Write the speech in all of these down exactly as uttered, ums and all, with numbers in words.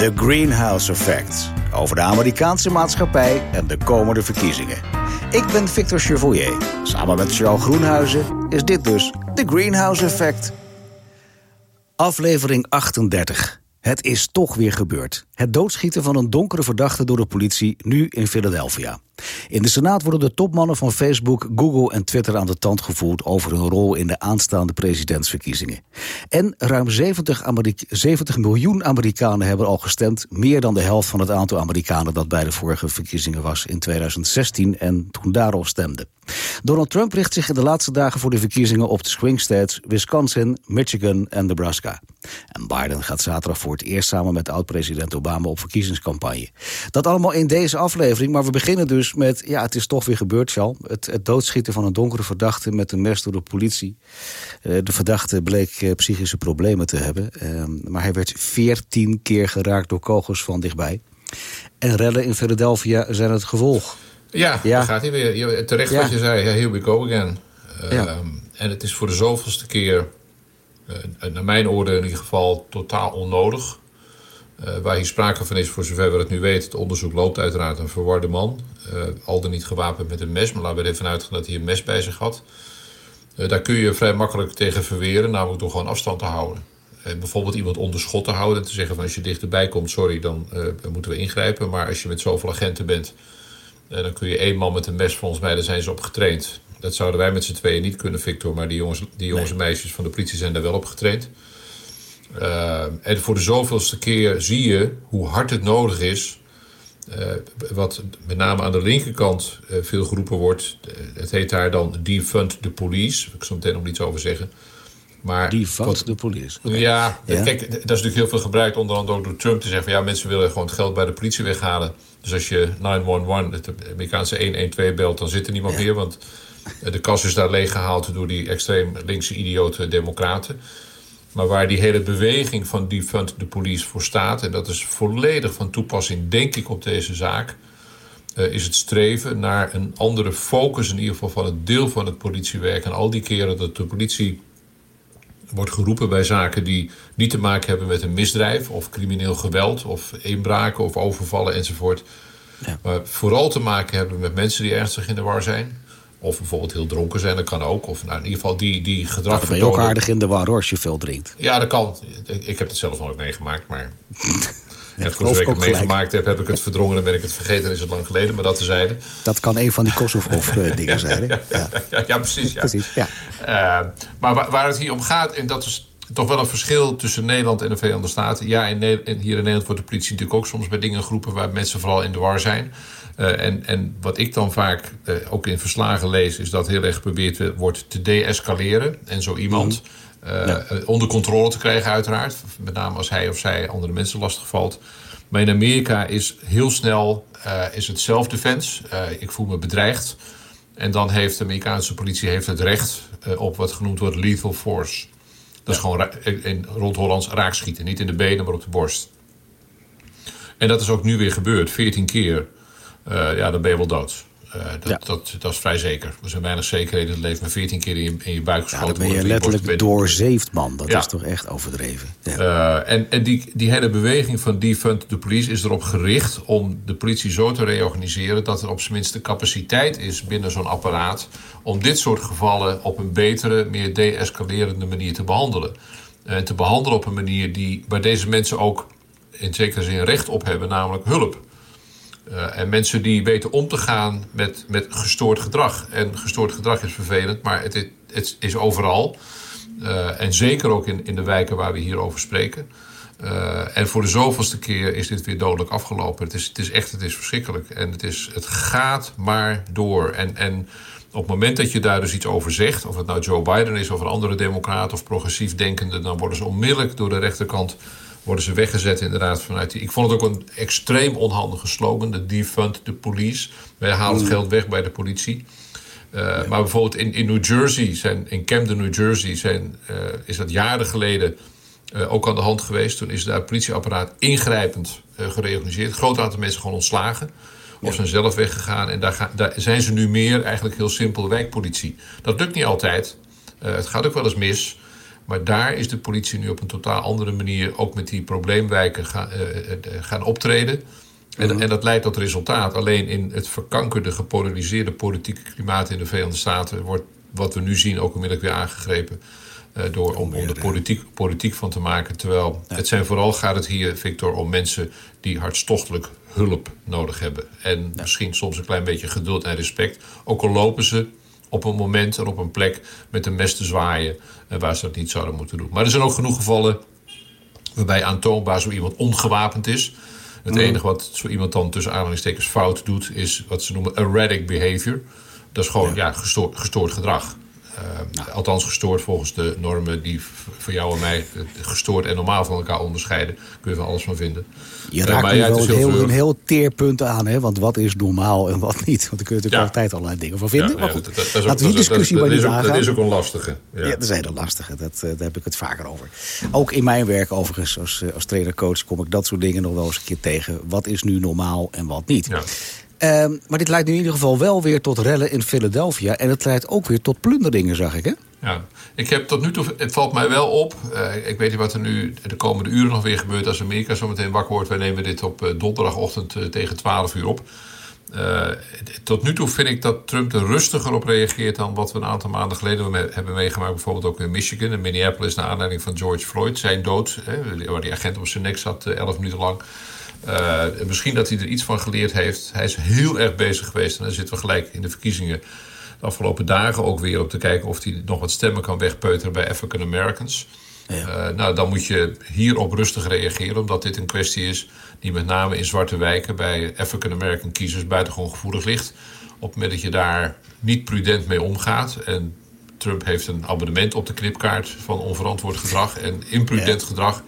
The Greenhouse Effect. Over de Amerikaanse maatschappij en de komende verkiezingen. Ik ben Victor Chevoyer. Samen met Charles Groenhuizen is dit dus The Greenhouse Effect. Aflevering achtendertig. Het is toch weer gebeurd. Het doodschieten van een donkere verdachte door de politie, nu in Philadelphia. In de Senaat worden de topmannen van Facebook, Google en Twitter aan de tand gevoerd over hun rol in de aanstaande presidentsverkiezingen. En ruim zeventig, Amerika- zeventig miljoen Amerikanen hebben al gestemd, meer dan de helft van het aantal Amerikanen dat bij de vorige verkiezingen was in tweeduizend zestien en toen daarop stemde. Donald Trump richt zich in de laatste dagen voor de verkiezingen op de swing states Wisconsin, Michigan en Nebraska. En Biden gaat zaterdag voor het eerst samen met oud-president Obama op verkiezingscampagne. Dat allemaal in deze aflevering, maar we beginnen dus met, ja, het is toch weer gebeurd, Charles. Het, het doodschieten van een donkere verdachte met een mes door de politie. Uh, de verdachte bleek uh, psychische problemen te hebben, uh, maar hij werd veertien keer geraakt door kogels van dichtbij. En rellen in Philadelphia zijn het gevolg. Ja, ja. Daar gaat hij weer. Terecht ja. Wat je zei, here we go again. Uh, ja. En het is voor de zoveelste keer, uh, naar mijn oordeel in ieder geval, totaal onnodig. Uh, waar hier sprake van is, voor zover we het nu weten, het onderzoek loopt uiteraard, een verwarde man. Uh, al dan niet gewapend met een mes, maar laten we ervan uitgaan dat hij een mes bij zich had. Uh, daar kun je vrij makkelijk tegen verweren, namelijk door gewoon afstand te houden. En bijvoorbeeld iemand onder schot te houden en te zeggen van als je dichterbij komt, sorry, dan uh, moeten we ingrijpen. Maar als je met zoveel agenten bent, uh, dan kun je één man met een mes, volgens mij, daar zijn ze op getraind. Dat zouden wij met z'n tweeën niet kunnen, Victor, maar die jongens, die jongens nee. en meisjes van de politie zijn daar wel op getraind. Uh, en voor de zoveelste keer zie je hoe hard het nodig is. Uh, wat met name aan de linkerkant uh, veel geroepen wordt. Uh, het heet daar dan defund the police. Daar wil ik zo meteen nog iets over zeggen. Maar defund the police. Okay. Ja, ja, kijk, dat is natuurlijk heel veel gebruikt, onder andere ook door Trump, te zeggen van ja, mensen willen gewoon het geld bij de politie weghalen. Dus als je negen een een, het Amerikaanse honderdtwaalf belt, dan zit er niemand ja. meer. Want de kas is daar leeggehaald door die extreem linkse idiote democraten. Maar waar die hele beweging van defund the police voor staat, en dat is volledig van toepassing, denk ik, op deze zaak, uh, is het streven naar een andere focus, in ieder geval van het deel van het politiewerk. En al die keren dat de politie wordt geroepen bij zaken die niet te maken hebben met een misdrijf of crimineel geweld of inbraken of overvallen enzovoort. Ja. Maar vooral te maken hebben met mensen die ernstig in de war zijn. Of bijvoorbeeld heel dronken zijn, dat kan ook. Of nou, in ieder geval die, die gedrag vertonen. Dan ben je ook aardig in de war hoor, als je veel drinkt. Ja, dat kan. Ik heb het zelf nooit meegemaakt, maar net voor zover ik het meegemaakt heb, heb ik het verdrongen en ben ik het vergeten en is het lang geleden, maar dat tezijde. Dat kan een van die Kosovo-dingen zijn, hè? Ja, ja, ja, ja, ja, precies. Ja. precies ja. Uh, maar waar, waar het hier om gaat, en dat is toch wel een verschil tussen Nederland en de Verenigde Staten. Ja, in ne- en hier in Nederland wordt de politie natuurlijk ook soms bij dingen geroepen waar mensen vooral in de war zijn. Uh, en, en wat ik dan vaak uh, ook in verslagen lees, is dat heel erg geprobeerd uh, wordt te de-escaleren. En zo iemand uh, ja. uh, onder controle te krijgen uiteraard. Met name als hij of zij andere mensen lastig valt. Maar in Amerika is heel snel uh, is het self-defense. Uh, ik voel me bedreigd. En dan heeft de Amerikaanse politie heeft het recht uh, op wat genoemd wordt lethal force. Dat is gewoon ra- in rond Hollands raakschieten. Niet in de benen, maar op de borst. En dat is ook nu weer gebeurd. veertien keer. Uh, ja, dan ben je wel dood. Uh, dat, ja. dat, dat is vrij zeker. Er zijn weinig zekerheden. Het leven maar veertien keer in je, in je buik geschoten. Ja, dan ben je letterlijk je doorzeefd, man. Dat ja. is toch echt overdreven. Ja. Uh, en en die, die hele beweging van defund the police is erop gericht om de politie zo te reorganiseren dat er op zijn minst de capaciteit is binnen zo'n apparaat om dit soort gevallen op een betere, meer de-escalerende manier te behandelen. En uh, te behandelen op een manier die, waar deze mensen ook in zekere zin recht op hebben, namelijk hulp. Uh, en mensen die weten om te gaan met, met gestoord gedrag. En gestoord gedrag is vervelend, maar het is, het is overal. Uh, en zeker ook in, in de wijken waar we hier over spreken. Uh, en voor de zoveelste keer is dit weer dodelijk afgelopen. Het is, het is echt, het is verschrikkelijk. En het, is, het gaat maar door. En, en op het moment dat je daar dus iets over zegt, of het nou Joe Biden is of een andere democraat of progressief denkende, dan worden ze onmiddellijk door de rechterkant worden ze weggezet inderdaad vanuit die. Ik vond het ook een extreem onhandige slogan, de defund the police. Wij halen het geld weg bij de politie. Uh, ja. Maar bijvoorbeeld in, in New Jersey, zijn, in Camden, New Jersey, zijn, uh, is dat jaren geleden uh, ook aan de hand geweest. Toen is daar het politieapparaat ingrijpend uh, gereorganiseerd. Een groot aantal mensen gewoon ontslagen. Of zijn zelf weggegaan. En daar, ga, daar zijn ze nu meer eigenlijk heel simpel wijkpolitie. Dat lukt niet altijd. Uh, het gaat ook wel eens mis. Maar daar is de politie nu op een totaal andere manier ook met die probleemwijken gaan, uh, gaan optreden. En, mm-hmm. en dat leidt tot resultaat. Alleen in het verkankerde, gepolariseerde politieke klimaat in de Verenigde Staten wordt wat we nu zien ook onmiddellijk weer aangegrepen. Uh, door om, om de politiek, politiek van te maken. Terwijl ja. het zijn vooral gaat het hier, Victor, om mensen die hartstochtelijk hulp nodig hebben. En ja. misschien soms een klein beetje geduld en respect. Ook al lopen ze op een moment en op een plek met een mes te zwaaien uh, waar ze dat niet zouden moeten doen. Maar er zijn ook genoeg gevallen waarbij aantoonbaar zo iemand ongewapend is. Het mm. enige wat zo iemand dan tussen aanhalingstekens fout doet is wat ze noemen erratic behavior. Dat is gewoon ja. Ja, gestoord, gestoord gedrag. Uh, nou. Althans gestoord volgens de normen die voor jou en mij gestoord en normaal van elkaar onderscheiden. Kun je van alles van vinden. Je raakt uh, nu ja, wel een heel, een heel teerpunt aan, hè? Want wat is normaal en wat niet? Want daar kun je natuurlijk ja. altijd allerlei dingen van vinden. Ja, maar goed, ja, dat, dat laten we die discussie maar niet aangaan. Dat is ook een lastige. Ja, ja dat is een hele lastige. Dat, uh, daar heb ik het vaker over. Ook in mijn werk overigens, als, als trainer-coach, kom ik dat soort dingen nog wel eens een keer tegen. Wat is nu normaal en wat niet? Ja. Um, maar dit leidt nu in ieder geval wel weer tot rellen in Philadelphia. En het leidt ook weer tot plunderingen, zag ik, hè? Ja, ik heb tot nu toe, het valt mij wel op. Uh, ik weet niet wat er nu de komende uren nog weer gebeurt als Amerika zo meteen wakker wordt. Wij nemen dit op uh, donderdagochtend uh, tegen twaalf uur op. Uh, tot nu toe vind ik dat Trump er rustiger op reageert dan wat we een aantal maanden geleden me- hebben meegemaakt. Bijvoorbeeld ook in Michigan en Minneapolis naar aanleiding van George Floyd. Zijn dood, hè, waar die agent op zijn nek zat uh, elf minuten lang. Uh, misschien dat hij er iets van geleerd heeft. Hij is heel erg bezig geweest. En dan zitten we gelijk in de verkiezingen de afgelopen dagen ook weer op te kijken of hij nog wat stemmen kan wegpeuteren bij African Americans. Ja. Uh, nou, dan moet je hierop rustig reageren, omdat dit een kwestie is die met name in zwarte wijken bij African American kiezers buitengewoon gevoelig ligt. Op het moment dat je daar niet prudent mee omgaat. En Trump heeft een abonnement op de knipkaart van onverantwoord gedrag en imprudent ja. gedrag.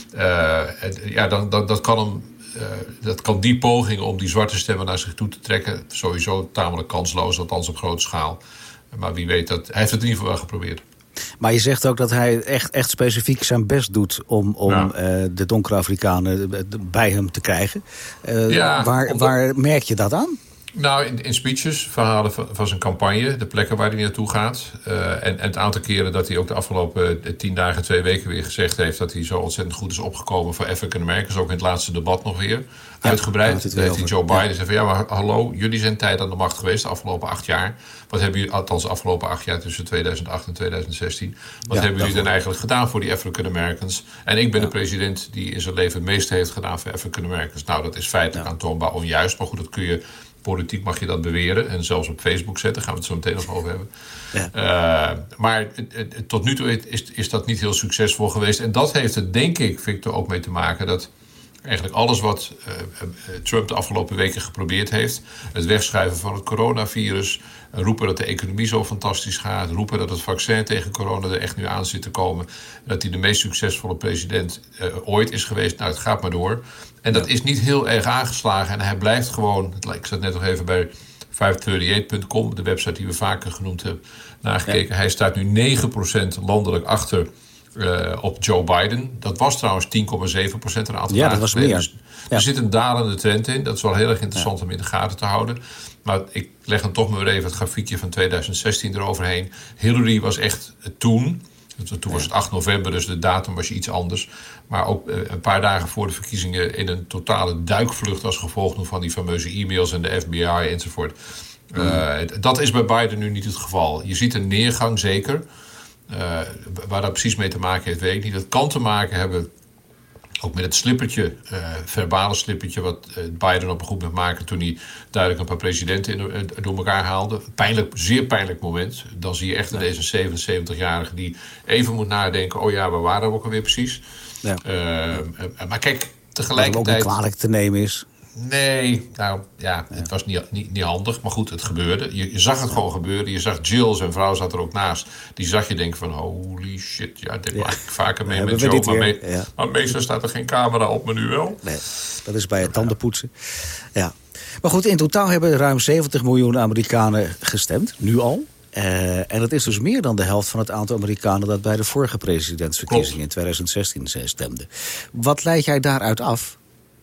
Uh, ja, dan, dan, dat kan hem. Uh, dat kan die poging om die zwarte stemmen naar zich toe te trekken sowieso tamelijk kansloos, althans op grote schaal. Maar wie weet, dat, hij heeft het in ieder geval wel geprobeerd. Maar je zegt ook dat hij echt, echt specifiek zijn best doet om, om ja. uh, de donkere Afrikanen bij hem te krijgen. Uh, ja, waar, omdat... waar merk je dat aan? Nou, in, in speeches, verhalen van, van zijn campagne, de plekken waar hij naartoe gaat. Uh, en, en het aantal keren dat hij ook de afgelopen uh, tien dagen, twee weken weer gezegd heeft dat hij zo ontzettend goed is opgekomen voor African Americans. Ook in het laatste debat nog weer. Ja, uitgebreid. Daar heeft hij Joe Biden gezegd van ja, maar hallo, jullie zijn tijd aan de macht geweest de afgelopen acht jaar. Wat hebben jullie, althans de afgelopen acht jaar tussen tweeduizend acht en tweeduizend zestien. Wat ja, hebben jullie dan eigenlijk gedaan voor die African Americans? En ik ben ja. de president die in zijn leven het meeste heeft gedaan voor African Americans. Nou, dat is feitelijk ja. aantoonbaar onjuist. Maar goed, dat kun je... Politiek mag je dat beweren en zelfs op Facebook zetten. Gaan we het zo meteen nog over hebben. Ja. Uh, maar uh, tot nu toe is, is dat niet heel succesvol geweest. En dat heeft er, denk ik, Victor, ook mee te maken dat eigenlijk alles wat uh, uh, Trump de afgelopen weken geprobeerd heeft, het wegschuiven van het coronavirus, uh, roepen dat de economie zo fantastisch gaat, roepen dat het vaccin tegen corona er echt nu aan zit te komen, dat hij de meest succesvolle president uh, ooit is geweest. Nou, het gaat maar door. En dat is niet heel erg aangeslagen. En hij blijft gewoon, ik zat net nog even bij vijfhonderdachtendertig punt com, de website die we vaker genoemd hebben, nagekeken. Ja. Hij staat nu negen procent landelijk achter uh, op Joe Biden. Dat was trouwens tien komma zeven procent een aantal ja, dagen dat was meer. Dus ja. Er zit een dalende trend in. Dat is wel heel erg interessant ja. om in de gaten te houden. Maar ik leg dan toch maar weer even het grafiekje van tweeduizend zestien eroverheen. Hillary was echt toen... Toen was het acht november, dus de datum was iets anders. Maar ook een paar dagen voor de verkiezingen in een totale duikvlucht als gevolg van die fameuze e-mails en de F B I enzovoort. Mm. Uh, dat is bij Biden nu niet het geval. Je ziet een neergang, zeker. Uh, waar dat precies mee te maken heeft, weet ik niet. Dat kan te maken hebben ook met het slippertje, uh, verbale slippertje, wat uh, Biden op een goed moment maakte toen hij duidelijk een paar presidenten in, uh, door elkaar haalde. Pijnlijk, zeer pijnlijk moment. Dan zie je echt ja. deze zevenenzeventigjarige die even moet nadenken, oh ja, waar waren we ook alweer precies? Ja. Uh, uh, maar kijk, tegelijkertijd... Wat ook niet kwalijk te nemen is. Nee, nou ja, ja. het was niet, niet, niet handig, maar goed, het gebeurde. Je, je zag het gewoon gebeuren. Je zag Jill, zijn vrouw zat er ook naast. Die zag je denken van, holy shit, ja, dit ja. maak ik vaker mee ja, met Joe. Maar, mee, ja. maar meestal staat er geen camera op, maar nu wel. Nee, dat is bij het tandenpoetsen. Ja. Maar goed, in totaal hebben ruim zeventig miljoen Amerikanen gestemd, nu al. Uh, en dat is dus meer dan de helft van het aantal Amerikanen dat bij de vorige presidentsverkiezingen Klopt. in tweeduizend zestien stemde. Wat leid jij daaruit af?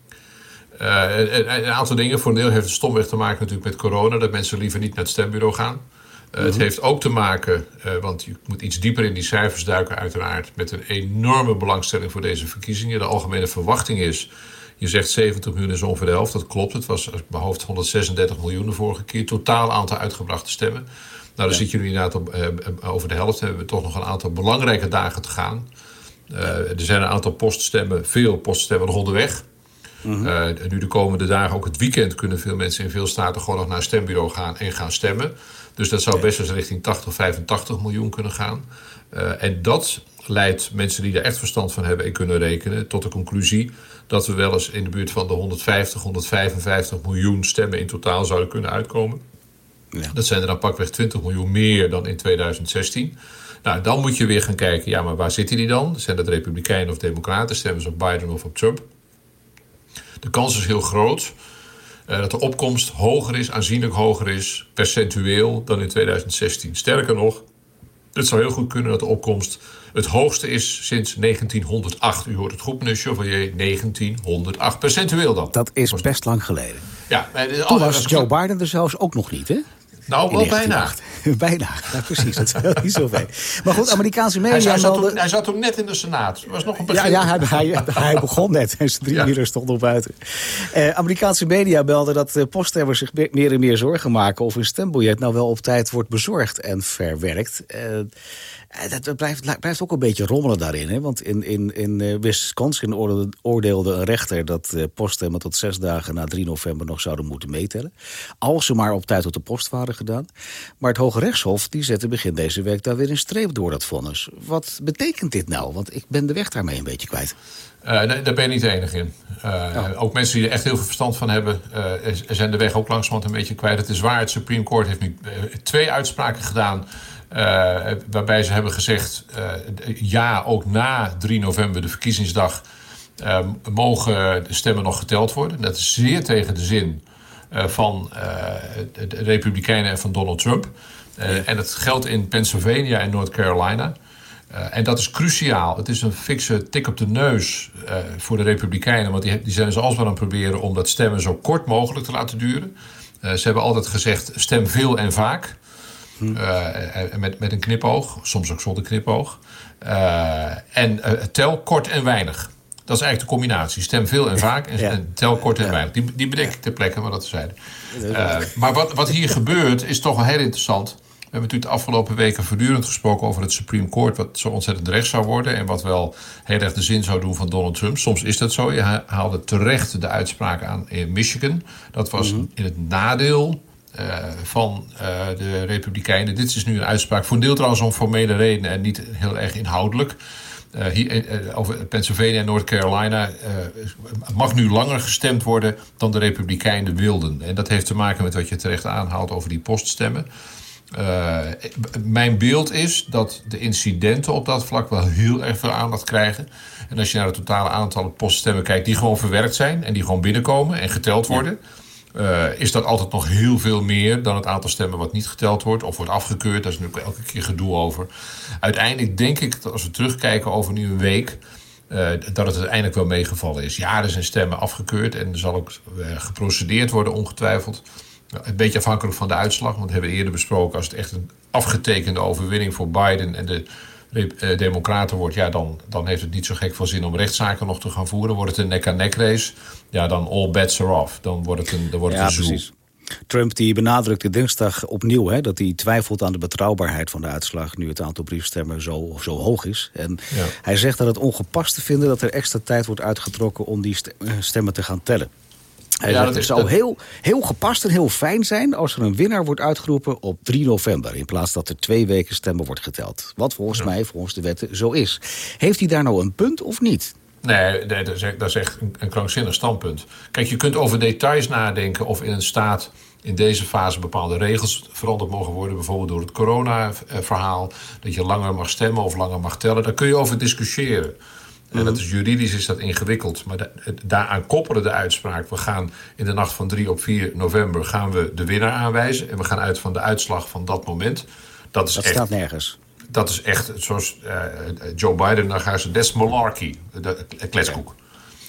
Uh, een, een aantal dingen. Voor een deel heeft het stomweg te maken natuurlijk met corona. Dat mensen liever niet naar het stembureau gaan. Uh, het heeft ook te maken, uh, want je moet iets dieper in die cijfers duiken uiteraard, met een enorme belangstelling voor deze verkiezingen. De algemene verwachting is, je zegt zeventig miljoen is ongeveer de helft, dat klopt. Het was uit mijn hoofd honderdzesendertig miljoen de vorige keer. Totaal aantal uitgebrachte stemmen. Nou, dan ja. zit je nu inderdaad op, uh, over de helft. Dan hebben we toch nog een aantal belangrijke dagen te gaan. Uh, er zijn een aantal poststemmen, veel poststemmen nog onderweg. Mm-hmm. Uh, nu de komende dagen, ook het weekend, kunnen veel mensen in veel staten gewoon nog naar een stembureau gaan en gaan stemmen. Dus dat zou best eens richting tachtig, vijfentachtig miljoen kunnen gaan. Uh, en dat leidt mensen die er echt verstand van hebben en kunnen rekenen tot de conclusie dat we wel eens in de buurt van de honderdvijftig, honderdvijfenvijftig miljoen stemmen in totaal zouden kunnen uitkomen. Ja. Dat zijn er dan pakweg twintig miljoen meer dan in tweeduizend zestien. Nou, dan moet je weer gaan kijken, ja, maar waar zitten die dan? Zijn dat Republikeinen of Democraten? Stemmen ze op Biden of op Trump? De kans is heel groot uh, dat de opkomst hoger is, aanzienlijk hoger is, percentueel dan in tweeduizend zestien. Sterker nog, het zou heel goed kunnen dat de opkomst het hoogste is sinds negentienhonderdacht. U hoort het goed, meneer Chevalier, negentienhonderdacht. Percentueel dan. Dat is best lang geleden. Ja, Toen was Joe Biden er zelfs ook nog niet, hè? Nou, wel bijna. Bijna, ja, precies. Dat is niet zoveel. Maar goed, Amerikaanse media... Hij, hij, zat melden... toen, hij zat toen net in de Senaat. Het was nog een begin. Ja, ja hij, hij, hij begon net. En zijn driewieler ja. stond nog buiten. Uh, Amerikaanse media melden dat uh, poststemmers zich meer en meer zorgen maken of hun stembiljet nou wel op tijd wordt bezorgd en verwerkt. Uh, Dat blijft, blijft ook een beetje rommelen daarin. Hè? Want in, in, in Wisconsin oordeelde een rechter dat uh, poststemmen tot zes dagen na drie november nog zouden moeten meetellen. Als ze maar op tijd op de post waren gedaan. Maar het Hoge Rechtshof die zette begin deze week daar weer een streep door dat vonnis. Wat betekent dit nou? Want ik ben de weg daarmee een beetje kwijt. Uh, daar ben je niet de enige in. Uh, oh. Ook mensen die er echt heel veel verstand van hebben, uh, zijn de weg ook langzamerhand een beetje kwijt. Het is waar, het Supreme Court heeft nu uh, twee uitspraken gedaan. Uh, waarbij ze hebben gezegd, uh, ja, ook na drie november, de verkiezingsdag, uh, mogen de stemmen nog geteld worden. Dat is zeer tegen de zin uh, van uh, de Republikeinen en van Donald Trump. Uh, en dat geldt in Pennsylvania en North Carolina. Uh, en dat is cruciaal. Het is een fikse tik op de neus uh, voor de Republikeinen. Want die, die zijn dus alsmaar aan het proberen om dat stemmen zo kort mogelijk te laten duren. Uh, ze hebben altijd gezegd, stem veel en vaak. Uh, met, met een knipoog, soms ook zonder knipoog. Uh, en uh, tel kort en weinig. Dat is eigenlijk de combinatie. Stem veel en vaak en, ja. en tel kort en ja. weinig. Die, die bedenk ik ter plekke, maar dat terzijde. Uh, maar wat, wat hier gebeurt is toch wel heel interessant. We hebben natuurlijk de afgelopen weken voortdurend gesproken over het Supreme Court, wat zo ontzettend recht zou worden en wat wel heel erg de zin zou doen van Donald Trump. Soms is dat zo. Je haalde terecht de uitspraak aan in Michigan. Dat was mm-hmm. in het nadeel Uh, van uh, de Republikeinen. Dit is nu een uitspraak, voor een deel trouwens om formele redenen en niet heel erg inhoudelijk. Uh, hier, uh, over Pennsylvania en North Carolina uh, mag nu langer gestemd worden dan de Republikeinen wilden. En dat heeft te maken met wat je terecht aanhaalt over die poststemmen. Uh, mijn beeld is dat de incidenten op dat vlak wel heel erg veel aandacht krijgen. En als je naar het totale aantal poststemmen kijkt die gewoon verwerkt zijn en die gewoon binnenkomen en geteld worden, ja. Uh, is dat altijd nog heel veel meer dan het aantal stemmen wat niet geteld wordt of wordt afgekeurd. Daar is natuurlijk elke keer gedoe over. Uiteindelijk denk ik dat als we terugkijken over nu een week, Uh, dat het uiteindelijk wel meegevallen is. Ja, er zijn stemmen afgekeurd en er zal ook uh, geprocedeerd worden ongetwijfeld. Uh, een beetje afhankelijk van de uitslag, want we hebben eerder besproken, als het echt een afgetekende overwinning voor Biden en de uh, Democraten wordt, ja, dan, dan heeft het niet zo gek veel zin om rechtszaken nog te gaan voeren. Wordt het een nek-aan-nek race, ja, dan all bets are off. Dan wordt het een, dan wordt het ja, een zoel. Precies. Trump die benadrukte dinsdag opnieuw hè, dat hij twijfelt aan de betrouwbaarheid van de uitslag, nu het aantal briefstemmen zo, zo hoog is. En ja. hij zegt dat het ongepast te vinden dat er extra tijd wordt uitgetrokken om die stemmen te gaan tellen. Hij ja, zegt, het is, zou dat... heel, heel gepast en heel fijn zijn als er een winnaar wordt uitgeroepen op drie november... in plaats dat er twee weken stemmen wordt geteld. Wat volgens ja. mij, volgens de wetten, zo is. Heeft hij daar nou een punt of niet? Nee, nee dat, is echt, dat is echt een, een krankzinnig standpunt. Kijk, je kunt over details nadenken of in een staat in deze fase bepaalde regels veranderd mogen worden. Bijvoorbeeld door het corona-verhaal. Dat je langer mag stemmen of langer mag tellen. Daar kun je over discussiëren. En mm-hmm. dat is juridisch is dat ingewikkeld. Maar da, daaraan koppelen de uitspraak. We gaan in de nacht van drie op vier november gaan we de winnaar aanwijzen. En we gaan uit van de uitslag van dat moment. Dat, is dat echt, staat nergens. Dat is echt, zoals uh, Joe Biden, dan gaan ze, that's malarkey, de kletskoek.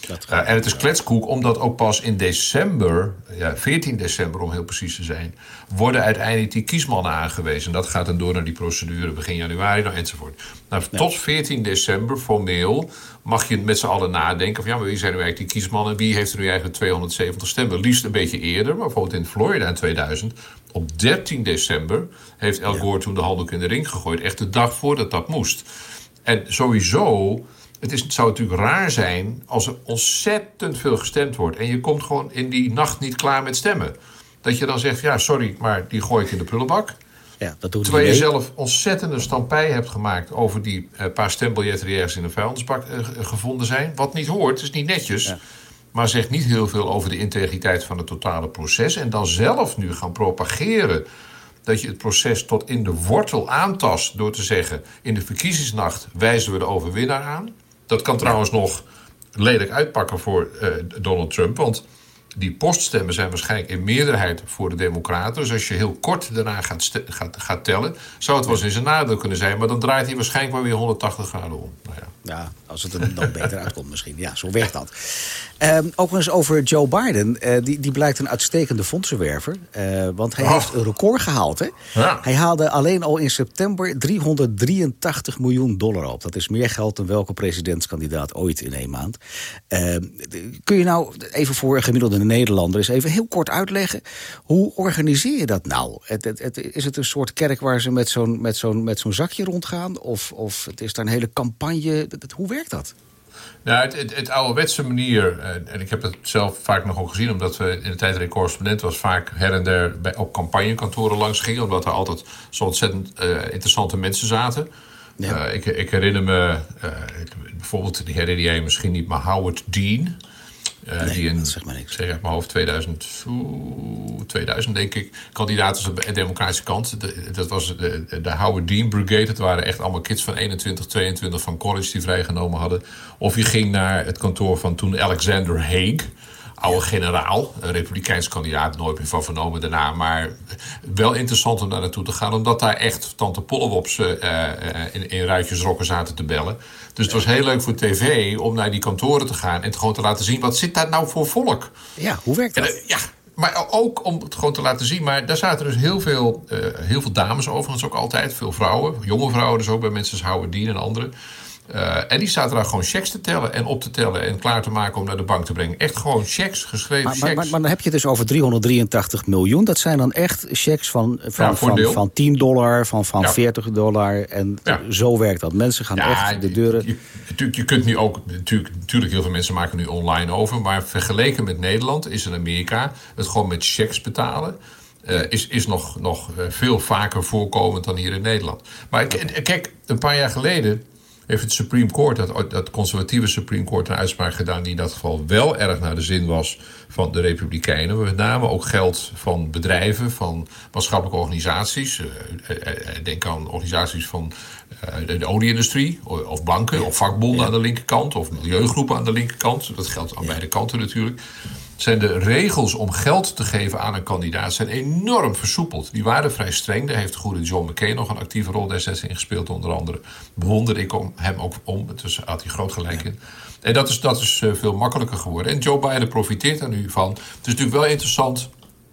Uh, en het is kletskoek, omdat ook pas in december, ja, veertien december om heel precies te zijn, worden uiteindelijk die kiesmannen aangewezen. Dat gaat dan door naar die procedure begin januari nou, enzovoort. Nou, ja. Tot veertien december formeel mag je met z'n allen nadenken van ja, maar wie zijn nu eigenlijk die kiesmannen? Wie heeft er nu eigenlijk tweehonderdzeventig stemmen? Liefst een beetje eerder, maar bijvoorbeeld in Florida in tweeduizend. Op dertien december heeft Al Gore ja. toen de handdoek in de ring gegooid. Echt de dag voordat dat moest. En sowieso, het, is, het zou natuurlijk raar zijn als er ontzettend veel gestemd wordt. En je komt gewoon in die nacht niet klaar met stemmen. Dat je dan zegt, ja sorry, maar die gooi ik in de prullenbak. Ja, dat doet Terwijl je zelf ontzettende stampij hebt gemaakt over die uh, paar stembiljetten die ergens in een vuilnisbak uh, gevonden zijn. Wat niet hoort, is niet netjes. Ja. Maar zegt niet heel veel over de integriteit van het totale proces. En dan zelf nu gaan propageren dat je het proces tot in de wortel aantast door te zeggen, in de verkiezingsnacht wijzen we de overwinnaar aan. Dat kan trouwens ja. nog lelijk uitpakken voor uh, Donald Trump, want die poststemmen zijn waarschijnlijk in meerderheid voor de Democraten. Dus als je heel kort daarna gaat, st- gaat, gaat tellen, zou het wel eens in zijn nadeel kunnen zijn. Maar dan draait hij waarschijnlijk maar weer honderdtachtig graden om. Nou ja. Ja, als het er dan beter uitkomt misschien. Ja, zo werkt dat. Um, overigens over Joe Biden. Uh, die, die blijkt een uitstekende fondsenwerver. Uh, want hij oh. heeft een record gehaald. Hè? Ja. Hij haalde alleen al in september driehonderddrieëntachtig miljoen dollar op. Dat is meer geld dan welke presidentskandidaat ooit in één maand. Uh, kun je nou even voor een gemiddelde Nederlander eens even heel kort uitleggen, hoe organiseer je dat nou? Het, het, het, is het een soort kerk waar ze met zo'n, met zo'n, met zo'n zakje rondgaan? Of, of het is daar een hele campagne? Hoe werkt dat? Nou, het, het, het ouderwetse manier, en ik heb het zelf vaak nog ook gezien, omdat we in de tijd dat ik correspondent was, vaak her en der bij, op campagnekantoren langs gingen, omdat er altijd zo ontzettend uh, interessante mensen zaten. Ja. Uh, ik, ik herinner me, uh, bijvoorbeeld, die herinner jij misschien niet, maar Howard Dean. Uh, nee, die in, dat zegt maar niks. Zeg uit mijn hoofd, tweeduizend, tweeduizend denk ik, kandidaat was op de democratische kant. De, dat was de, de Howard Dean Brigade. Dat waren echt allemaal kids van eenentwintig, tweeëntwintig van college die vrijgenomen hadden. Of je ging naar het kantoor van toen Alexander Haig, oude generaal, een republikeins kandidaat, nooit meer van vernomen daarna. Maar wel interessant om daar naartoe te gaan, omdat daar echt tante Pollewops uh, in, in ruitjesrokken zaten te bellen. Dus het was heel leuk voor tv om naar die kantoren te gaan en te gewoon te laten zien, wat zit daar nou voor volk? Ja, hoe werkt dat? En, uh, ja, maar ook om het gewoon te laten zien. Maar daar zaten dus heel veel, uh, heel veel dames overigens ook altijd. Veel vrouwen, jonge vrouwen dus ook bij mensen als Howard Dean en anderen. Uh, en die zaten daar gewoon checks te tellen en op te tellen en klaar te maken om naar de bank te brengen. Echt gewoon checks, geschreven maar, checks. Maar, maar, maar dan heb je het dus over driehonderddrieëntachtig miljoen. Dat zijn dan echt checks van, van, ja, van, van tien dollar, van, van ja. veertig dollar. En ja. zo werkt dat. Mensen gaan ja, echt de deuren. Je, je, je kunt nu ook, natuurlijk, natuurlijk heel veel mensen maken nu online over. Maar vergeleken met Nederland is in Amerika het gewoon met checks betalen. Uh, is, is nog, nog veel vaker voorkomend dan hier in Nederland. Maar okay. kijk, een paar jaar geleden heeft het Supreme Court, dat, dat conservatieve Supreme Court, een uitspraak gedaan die in dat geval wel erg naar de zin was van de Republikeinen. Met name ook geld van bedrijven, van maatschappelijke organisaties. Uh, denk aan organisaties van uh, de olieindustrie, of banken, of vakbonden ja. aan de linkerkant, of milieugroepen aan de linkerkant. Dat geldt aan ja. beide kanten natuurlijk. Zijn de regels om geld te geven aan een kandidaat zijn enorm versoepeld. Die waren vrij streng. Daar heeft de goede John McCain nog een actieve rol destijds in gespeeld. Onder andere bewonderde ik hem ook om. Dus had hij groot gelijk in. En dat is, dat is veel makkelijker geworden. En Joe Biden profiteert daar nu van. Het is natuurlijk wel interessant.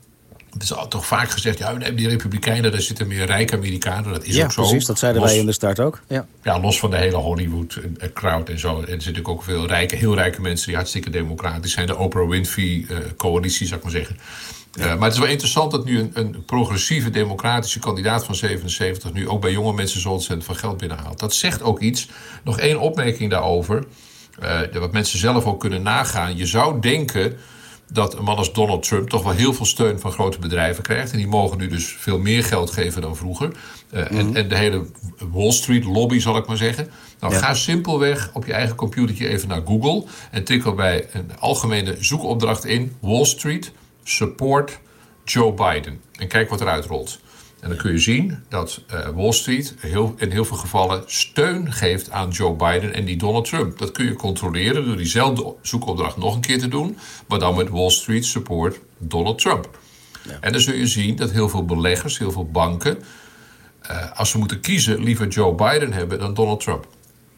Het is toch vaak gezegd, ja, die Republikeinen, daar zitten meer rijke Amerikanen. Dat is ja, ook zo. Precies, dat zeiden los, wij in de start ook. Ja. ja, los van de hele Hollywood-crowd en zo. En er zitten natuurlijk ook veel rijke, heel rijke mensen die hartstikke democratisch zijn. De Oprah Winfrey-coalitie, zou ik maar zeggen. Ja. Uh, maar het is wel interessant dat nu een, een progressieve democratische kandidaat van zevenenzeventig... nu ook bij jonge mensen zo ontzettend van geld binnenhaalt. Dat zegt ook iets. Nog één opmerking daarover. Uh, wat mensen zelf ook kunnen nagaan. Je zou denken dat een man als Donald Trump toch wel heel veel steun van grote bedrijven krijgt. En die mogen nu dus veel meer geld geven dan vroeger. Uh, mm-hmm. en, en de hele Wall Street lobby, zal ik maar zeggen. Nou, ja. Ga simpelweg op je eigen computertje even naar Google en tik er bij een algemene zoekopdracht in: Wall Street support Joe Biden. En kijk wat eruit rolt. En dan kun je zien dat uh, Wall Street heel, in heel veel gevallen steun geeft aan Joe Biden en die Donald Trump. Dat kun je controleren door diezelfde zoekopdracht nog een keer te doen, maar dan met Wall Street support Donald Trump. Ja. En dan zul je zien dat heel veel beleggers, heel veel banken, uh, als ze moeten kiezen, liever Joe Biden hebben dan Donald Trump.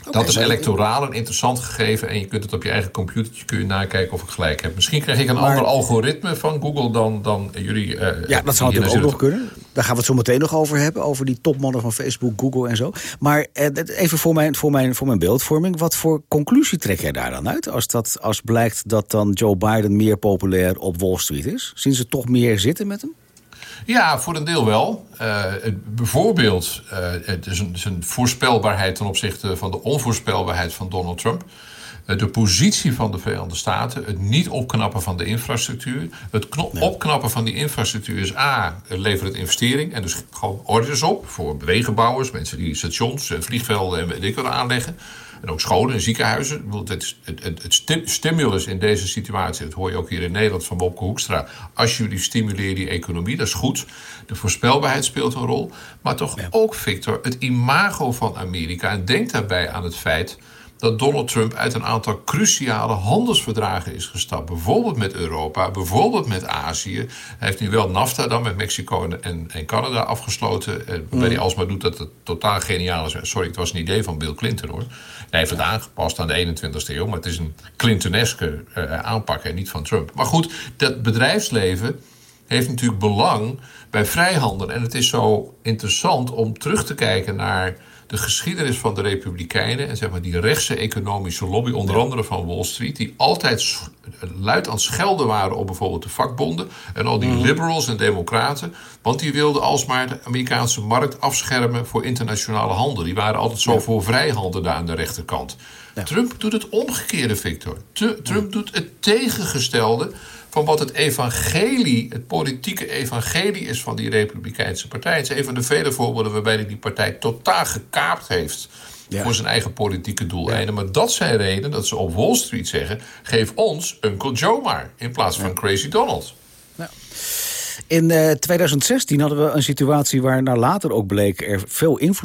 Okay, dat is electoraal een interessant gegeven. En je kunt het op je eigen computertje kun je nakijken of ik gelijk heb. Misschien krijg ik een maar, ander algoritme van Google dan, dan jullie. Uh, ja, dat zou natuurlijk ook nog kunnen. Daar gaan we het zo meteen nog over hebben. Over die topmannen van Facebook, Google en zo. Maar uh, even voor mijn, voor, mijn, voor mijn beeldvorming. Wat voor conclusie trek jij daar dan uit? Als, dat, als blijkt dat dan Joe Biden meer populair op Wall Street is? Zien ze toch meer zitten met hem? Ja, voor een deel wel. Uh, bijvoorbeeld uh, zijn, zijn voorspelbaarheid ten opzichte van de onvoorspelbaarheid van Donald Trump. Uh, de positie van de Verenigde Staten. Het niet opknappen van de infrastructuur. Het knop, nee. opknappen van die infrastructuur is A, levert het investering. En dus gewoon orders op voor wegenbouwers. Mensen die stations, vliegvelden en weet ik wat aanleggen. En ook scholen en ziekenhuizen. Het, het, het, het stimulus in deze situatie, dat hoor je ook hier in Nederland van Wopke Hoekstra. Alsjeblieft, stimuleer die economie, dat is goed. De voorspelbaarheid speelt een rol. Maar toch ja. ook, Victor, het imago van Amerika. En denk daarbij aan het feit dat Donald Trump uit een aantal cruciale handelsverdragen is gestapt. Bijvoorbeeld met Europa, bijvoorbeeld met Azië. Hij heeft nu wel NAFTA dan met Mexico en, en Canada afgesloten. Waarbij mm. hij alsmaar doet dat het totaal geniaal is. Sorry, het was een idee van Bill Clinton hoor. Hij heeft het aangepast aan de eenentwintigste eeuw. Maar het is een Clintoneske uh, aanpak en niet van Trump. Maar goed, dat bedrijfsleven heeft natuurlijk belang bij vrijhandel. En het is zo interessant om terug te kijken naar de geschiedenis van de Republikeinen en zeg maar die rechtse economische lobby, onder andere van Wall Street, die altijd luid aan het schelden waren op bijvoorbeeld de vakbonden en al die liberals en democraten, want die wilden alsmaar de Amerikaanse markt afschermen voor internationale handel. Die waren altijd zo ja. voor vrijhandel daar aan de rechterkant. Ja. Trump doet het omgekeerde, Victor. Trump ja. doet het tegengestelde van wat het evangelie, het politieke evangelie is van die Republikeinse partij. Het is een van de vele voorbeelden waarbij hij die partij totaal gekaapt heeft ja. voor zijn eigen politieke doeleinden. Ja. Maar dat zijn redenen dat ze op Wall Street zeggen, geef ons Uncle Joe maar, in plaats van ja. Crazy Donald. Ja. In uh, tweeduizend zestien hadden we een situatie waar naar later ook bleek er veel invloed